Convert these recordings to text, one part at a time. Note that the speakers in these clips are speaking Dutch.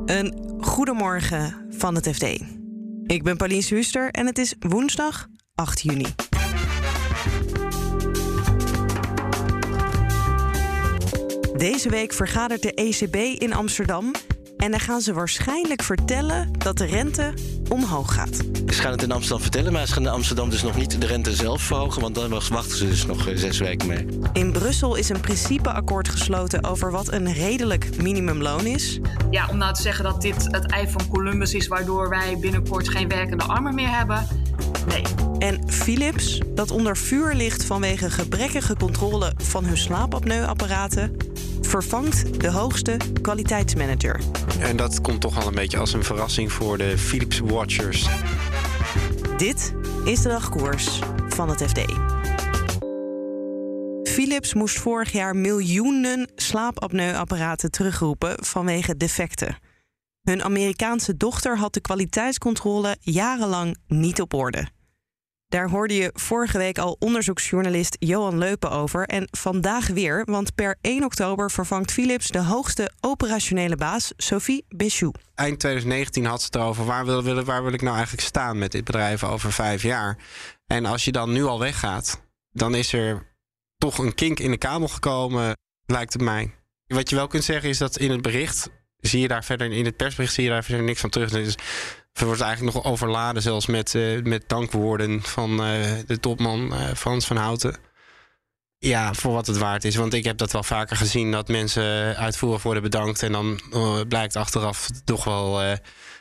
Een goedemorgen van het FD. Ik ben Pauline Huster en het is woensdag 8 juni. Deze week vergadert de ECB in Amsterdam en dan gaan ze waarschijnlijk vertellen dat de rente omhoog gaat. Ze gaan het in Amsterdam vertellen, maar ze gaan in Amsterdam dus nog niet de rente zelf verhogen, want dan wachten ze dus nog 6 weken mee. In Brussel is een principeakkoord gesloten over wat een redelijk minimumloon is. Ja, om nou te zeggen dat dit het ei van Columbus is, waardoor wij binnenkort geen werkende armen meer hebben. Nee. En Philips, dat onder vuur ligt vanwege gebrekkige controle van hun slaapapneuapparaten, vervangt de hoogste kwaliteitsmanager. En dat komt toch al een beetje als een verrassing voor de Philips Watchers. Dit is de dagkoers van het FD. Philips moest vorig jaar miljoenen slaapapneuapparaten terugroepen vanwege defecten. Hun Amerikaanse dochter had de kwaliteitscontrole jarenlang niet op orde. Daar hoorde je vorige week al onderzoeksjournalist Johan Leupen over. En vandaag weer, want per 1 oktober vervangt Philips de hoogste operationele baas, Sophie Béchoux. Eind 2019 had ze het erover, waar wil ik nou eigenlijk staan met dit bedrijf over 5 jaar? En als je dan nu al weggaat, dan is er toch een kink in de kabel gekomen, lijkt het mij. Wat je wel kunt zeggen is dat in het bericht, in het persbericht zie je daar verder niks van terug. Dus het wordt eigenlijk nog overladen, zelfs met dankwoorden van de topman Frans van Houten. Ja, voor wat het waard is. Want ik heb dat wel vaker gezien, dat mensen uitvoerig worden bedankt en dan blijkt achteraf toch wel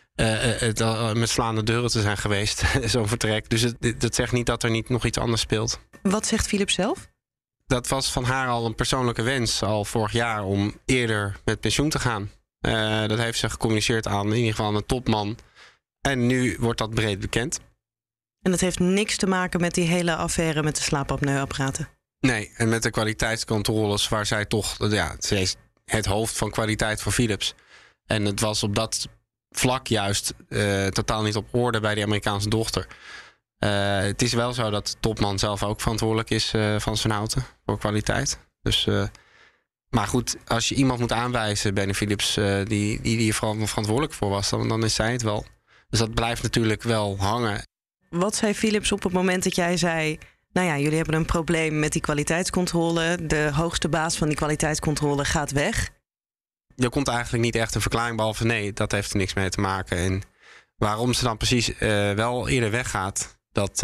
met slaande deuren te zijn geweest, zo'n vertrek. Dus dat zegt niet dat er niet nog iets anders speelt. Wat zegt Philips zelf? Dat was van haar al een persoonlijke wens, al vorig jaar, om eerder met pensioen te gaan. Dat heeft ze gecommuniceerd aan in ieder geval een topman. En nu wordt dat breed bekend. En dat heeft niks te maken met die hele affaire met de slaapapneuapparaten? Nee, en met de kwaliteitscontroles waar zij toch... ze is het hoofd van kwaliteit voor Philips. En het was op dat vlak juist totaal niet op orde bij die Amerikaanse dochter. Het is wel zo dat de topman zelf ook verantwoordelijk is van zijn houten voor kwaliteit. Dus... Maar goed, als je iemand moet aanwijzen bij de Philips die er vooral verantwoordelijk voor was, dan is zij het wel. Dus dat blijft natuurlijk wel hangen. Wat zei Philips op het moment dat jij zei, nou ja, jullie hebben een probleem met die kwaliteitscontrole. De hoogste baas van die kwaliteitscontrole gaat weg. Er komt eigenlijk niet echt een verklaring, behalve nee, dat heeft er niks mee te maken. En waarom ze dan precies wel eerder weggaat, dat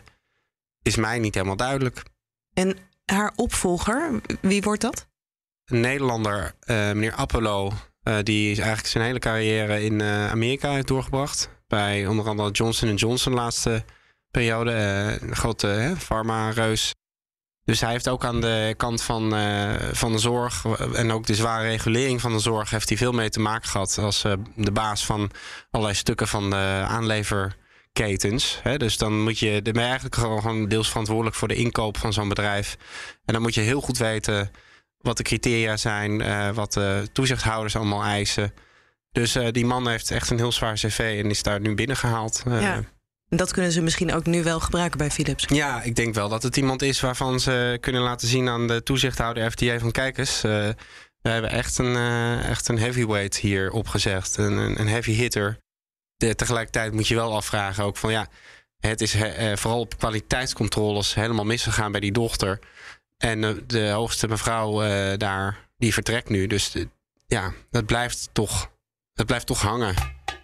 is mij niet helemaal duidelijk. En haar opvolger, wie wordt dat? Een Nederlander, meneer Apollo, die is eigenlijk zijn hele carrière in Amerika heeft doorgebracht. Bij onder andere Johnson & Johnson de laatste periode. Een grote farma-reus. Dus hij heeft ook aan de kant van de zorg en ook de zware regulering van de zorg heeft hij veel mee te maken gehad als de baas van allerlei stukken van de aanleverketens. Dus dan ben je eigenlijk gewoon deels verantwoordelijk voor de inkoop van zo'n bedrijf. En dan moet je heel goed weten wat de criteria zijn, wat de toezichthouders allemaal eisen. Dus die man heeft echt een heel zwaar cv en is daar nu binnengehaald. Ja. En dat kunnen ze misschien ook nu wel gebruiken bij Philips. Ja, ik denk wel dat het iemand is waarvan ze kunnen laten zien aan de toezichthouder FDA van kijk eens, we hebben echt een heavyweight hier opgezegd. Een heavy hitter. Tegelijkertijd moet je wel afvragen ook van ja, het is vooral op kwaliteitscontroles helemaal misgegaan bij die dochter. En de hoogste mevrouw daar, die vertrekt nu. Dus dat blijft toch hangen.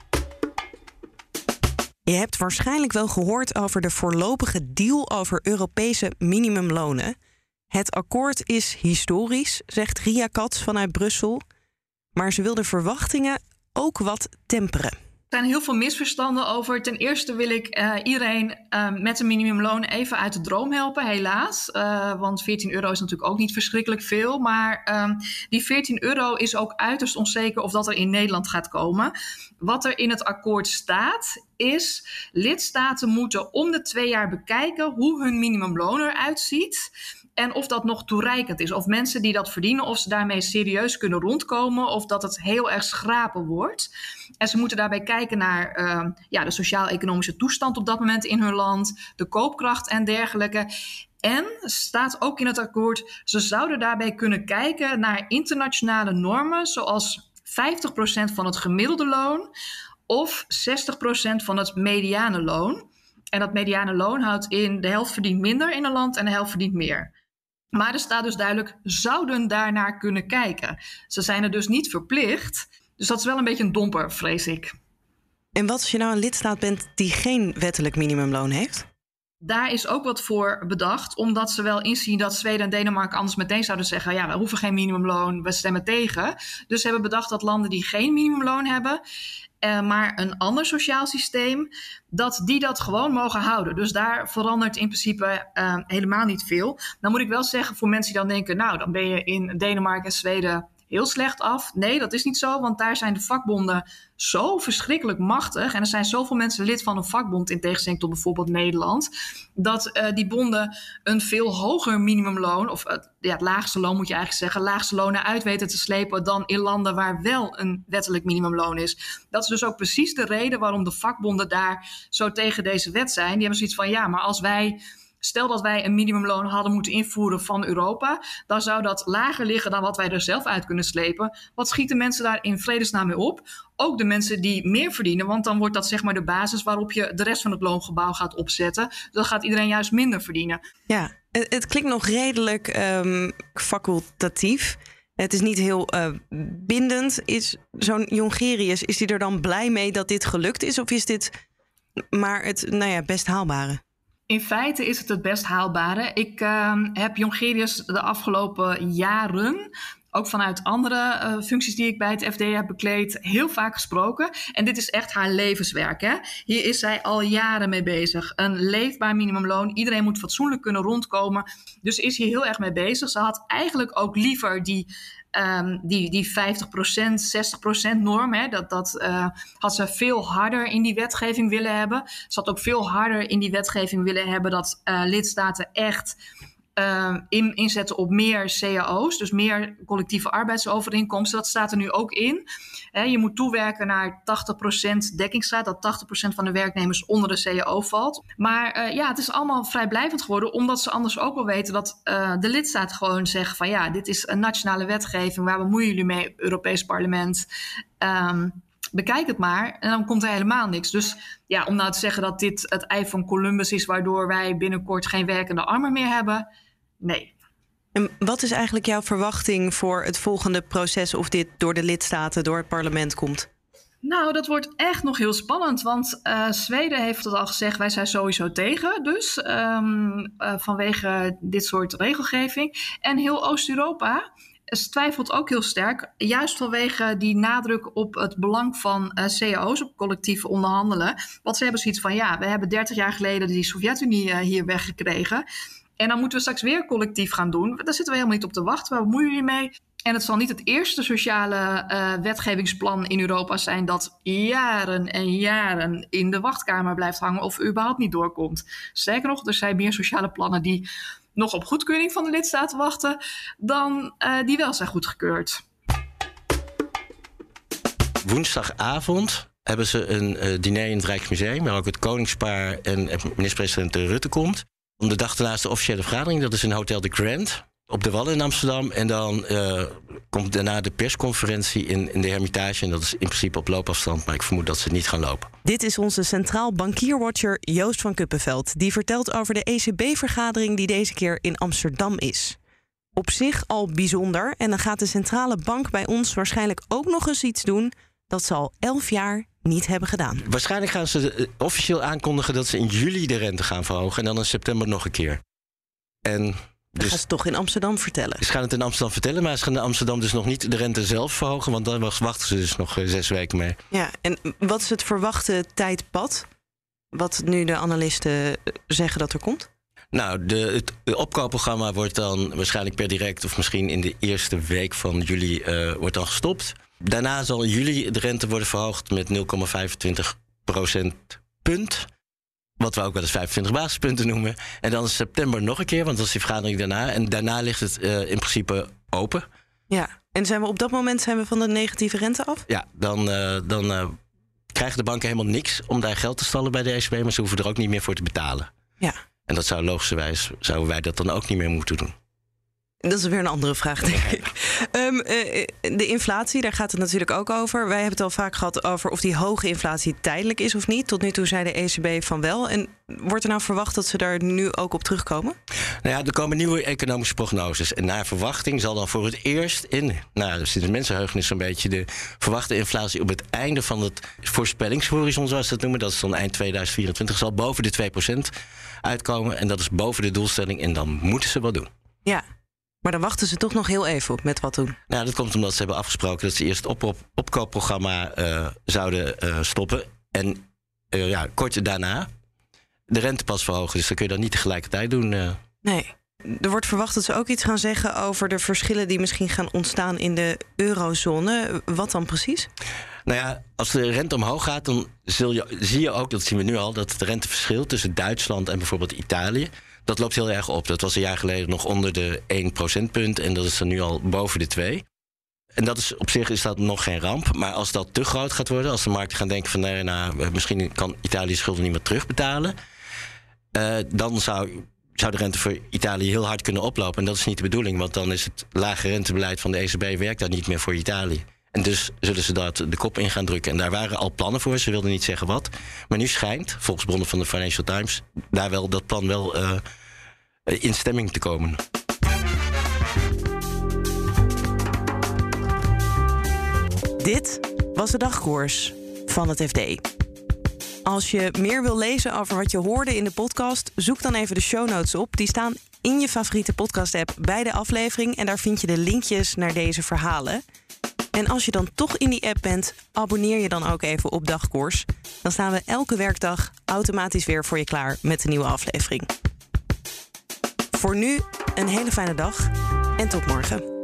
Je hebt waarschijnlijk wel gehoord over de voorlopige deal over Europese minimumlonen. Het akkoord is historisch, zegt Ria Katz vanuit Brussel. Maar ze wil de verwachtingen ook wat temperen. Er zijn heel veel misverstanden over. Ten eerste wil ik iedereen met een minimumloon even uit de droom helpen, helaas. Want €14 is natuurlijk ook niet verschrikkelijk veel. Maar die €14 is ook uiterst onzeker of dat er in Nederland gaat komen. Wat er in het akkoord staat is, lidstaten moeten om de 2 jaar bekijken hoe hun minimumloon eruit ziet. En of dat nog toereikend is. Of mensen die dat verdienen, of ze daarmee serieus kunnen rondkomen. Of dat het heel erg schrapen wordt. En ze moeten daarbij kijken naar de sociaal-economische toestand op dat moment in hun land. De koopkracht en dergelijke. En staat ook in het akkoord, ze zouden daarbij kunnen kijken naar internationale normen. Zoals 50% van het gemiddelde loon of 60% van het mediane loon. En dat mediane loon houdt in de helft verdient minder in een land en de helft verdient meer. Maar er staat dus duidelijk, zouden daarnaar kunnen kijken. Ze zijn er dus niet verplicht. Dus dat is wel een beetje een domper, vrees ik. En wat als je nou een lidstaat bent die geen wettelijk minimumloon heeft? Daar is ook wat voor bedacht, omdat ze wel inzien dat Zweden en Denemarken anders meteen zouden zeggen, ja, we hoeven geen minimumloon, we stemmen tegen. Dus ze hebben bedacht dat landen die geen minimumloon hebben, maar een ander sociaal systeem, dat die dat gewoon mogen houden. Dus daar verandert in principe helemaal niet veel. Dan moet ik wel zeggen, voor mensen die dan denken, nou, dan ben je in Denemarken en Zweden heel slecht af. Nee, dat is niet zo, want daar zijn de vakbonden zo verschrikkelijk machtig. En er zijn zoveel mensen lid van een vakbond, in tegenstelling tot bijvoorbeeld Nederland, dat die bonden een veel hoger minimumloon, of het laagste loon moet je eigenlijk zeggen, laagste lonen uit weten te slepen dan in landen waar wel een wettelijk minimumloon is. Dat is dus ook precies de reden waarom de vakbonden daar zo tegen deze wet zijn. Die hebben zoiets van, ja, maar als wij... Stel dat wij een minimumloon hadden moeten invoeren van Europa, dan zou dat lager liggen dan wat wij er zelf uit kunnen slepen. Wat schieten mensen daar in vredesnaam mee op? Ook de mensen die meer verdienen, want dan wordt dat zeg maar de basis waarop je de rest van het loongebouw gaat opzetten. Dan gaat iedereen juist minder verdienen. Ja, het klinkt nog redelijk facultatief. Het is niet heel bindend. Is zo'n Jongerius, is hij er dan blij mee dat dit gelukt is? Of is dit maar het best haalbare? In feite is het best haalbare. Ik heb Jongerius de afgelopen jaren, ook vanuit andere functies die ik bij het FD heb bekleed, heel vaak gesproken. En dit is echt haar levenswerk. Hè? Hier is zij al jaren mee bezig. Een leefbaar minimumloon. Iedereen moet fatsoenlijk kunnen rondkomen. Dus is hier heel erg mee bezig. Ze had eigenlijk ook liever die 50%, 60% norm, hè, dat had ze veel harder in die wetgeving willen hebben. Ze had ook veel harder in die wetgeving willen hebben dat lidstaten echt inzetten op meer cao's, dus meer collectieve arbeidsovereenkomsten. Dat staat er nu ook in. Je moet toewerken naar 80% dekkingsgraad, dat 80% van de werknemers onder de cao valt. Maar het is allemaal vrijblijvend geworden, omdat ze anders ook wel weten dat de lidstaten gewoon zeggen van ja, dit is een nationale wetgeving, waar bemoeien jullie mee, Europees Parlement? Bekijk het maar en dan komt er helemaal niks. Dus ja, om nou te zeggen dat dit het ei van Columbus is, waardoor wij binnenkort geen werkende armen meer hebben, nee. En wat is eigenlijk jouw verwachting voor het volgende proces, of dit door de lidstaten, door het parlement komt? Nou, dat wordt echt nog heel spannend, want Zweden heeft het al gezegd, wij zijn sowieso tegen, dus vanwege dit soort regelgeving. En heel Oost-Europa twijfelt ook heel sterk, juist vanwege die nadruk op het belang van cao's, op collectief onderhandelen. Want ze hebben zoiets van, ja, we hebben 30 jaar geleden die Sovjet-Unie hier weggekregen. En dan moeten we straks weer collectief gaan doen. Daar zitten we helemaal niet op te wachten. Waar bemoeien jullie mee? En het zal niet het eerste sociale wetgevingsplan in Europa zijn dat jaren en jaren in de wachtkamer blijft hangen of überhaupt niet doorkomt. Sterker nog, er zijn meer sociale plannen die nog op goedkeuring van de lidstaten wachten dan die wel zijn goedgekeurd. Woensdagavond hebben ze een diner in het Rijksmuseum, waar ook het koningspaar en minister-president Rutte komt. Om de dag daarnaast de officiële vergadering, dat is in Hotel de Grand op de Wallen in Amsterdam. En dan komt daarna de persconferentie in de Hermitage. En dat is in principe op loopafstand, maar ik vermoed dat ze niet gaan lopen. Dit is onze centraal bankierwatcher Joost van Kuppenveld. Die vertelt over de ECB-vergadering die deze keer in Amsterdam is. Op zich al bijzonder. En dan gaat de centrale bank bij ons waarschijnlijk ook nog eens iets doen dat ze al 11 jaar niet hebben gedaan. Waarschijnlijk gaan ze officieel aankondigen dat ze in juli de rente gaan verhogen en dan in september nog een keer. En dat gaan ze toch in Amsterdam vertellen? Ze gaan het in Amsterdam vertellen, maar ze gaan in Amsterdam dus nog niet de rente zelf verhogen, want dan wachten ze dus nog 6 weken mee. Ja, en wat is het verwachte tijdpad? Wat nu de analisten zeggen dat er komt? Nou, het opkoopprogramma wordt dan waarschijnlijk per direct of misschien in de eerste week van juli wordt dan gestopt. Daarna zal in juli de rente worden verhoogd met 0,25 procentpunt. Wat we ook wel eens 25 basispunten noemen. En dan in september nog een keer, want dat is die vergadering daarna. En daarna ligt het in principe open. Ja, en op dat moment zijn we van de negatieve rente af? Ja, dan krijgen de banken helemaal niks om daar geld te stallen bij de ECB, maar ze hoeven er ook niet meer voor te betalen. Ja. En dat zou logischerwijs, zouden wij dat dan ook niet meer moeten doen. Dat is weer een andere vraag, denk ik. De inflatie, daar gaat het natuurlijk ook over. Wij hebben het al vaak gehad over of die hoge inflatie tijdelijk is of niet. Tot nu toe zei de ECB van wel. En wordt er nou verwacht dat ze daar nu ook op terugkomen? Nou ja, er komen nieuwe economische prognoses. En naar verwachting zal dan voor het eerst sinds de mensenheugenis zo'n beetje de verwachte inflatie op het einde van het voorspellingshorizon, zoals ze dat noemen, dat is dan eind 2024, zal boven de 2% uitkomen. En dat is boven de doelstelling en dan moeten ze wat doen. Ja, maar dan wachten ze toch nog heel even op met wat doen. Nou, dat komt omdat ze hebben afgesproken dat ze eerst het opkoopprogramma zouden stoppen. En kort daarna de rente pas verhogen. Dus dat kun je dan niet tegelijkertijd doen. Nee. Er wordt verwacht dat ze ook iets gaan zeggen over de verschillen die misschien gaan ontstaan in de eurozone. Wat dan precies? Nou ja, als de rente omhoog gaat, dan zie je ook, dat zien we nu al, dat het renteverschil tussen Duitsland en bijvoorbeeld Italië, dat loopt heel erg op. Dat was een jaar geleden nog onder de 1 procentpunt en dat is er nu al boven de 2. En dat is op zich is dat nog geen ramp. Maar als dat te groot gaat worden, als de markten gaan denken van misschien kan Italië schulden niet meer terugbetalen, dan zou de rente voor Italië heel hard kunnen oplopen. En dat is niet de bedoeling, want dan is het lage rentebeleid van de ECB werkt daar niet meer voor Italië. En dus zullen ze daar de kop in gaan drukken. En daar waren al plannen voor, ze wilden niet zeggen wat. Maar nu schijnt, volgens bronnen van de Financial Times, daar wel dat plan wel in stemming te komen. Dit was de dagkoers van het FD. Als je meer wil lezen over wat je hoorde in de podcast, zoek dan even de show notes op. Die staan in je favoriete podcast-app bij de aflevering. En daar vind je de linkjes naar deze verhalen. En als je dan toch in die app bent, abonneer je dan ook even op Dagkoers. Dan staan we elke werkdag automatisch weer voor je klaar met een nieuwe aflevering. Voor nu een hele fijne dag en tot morgen.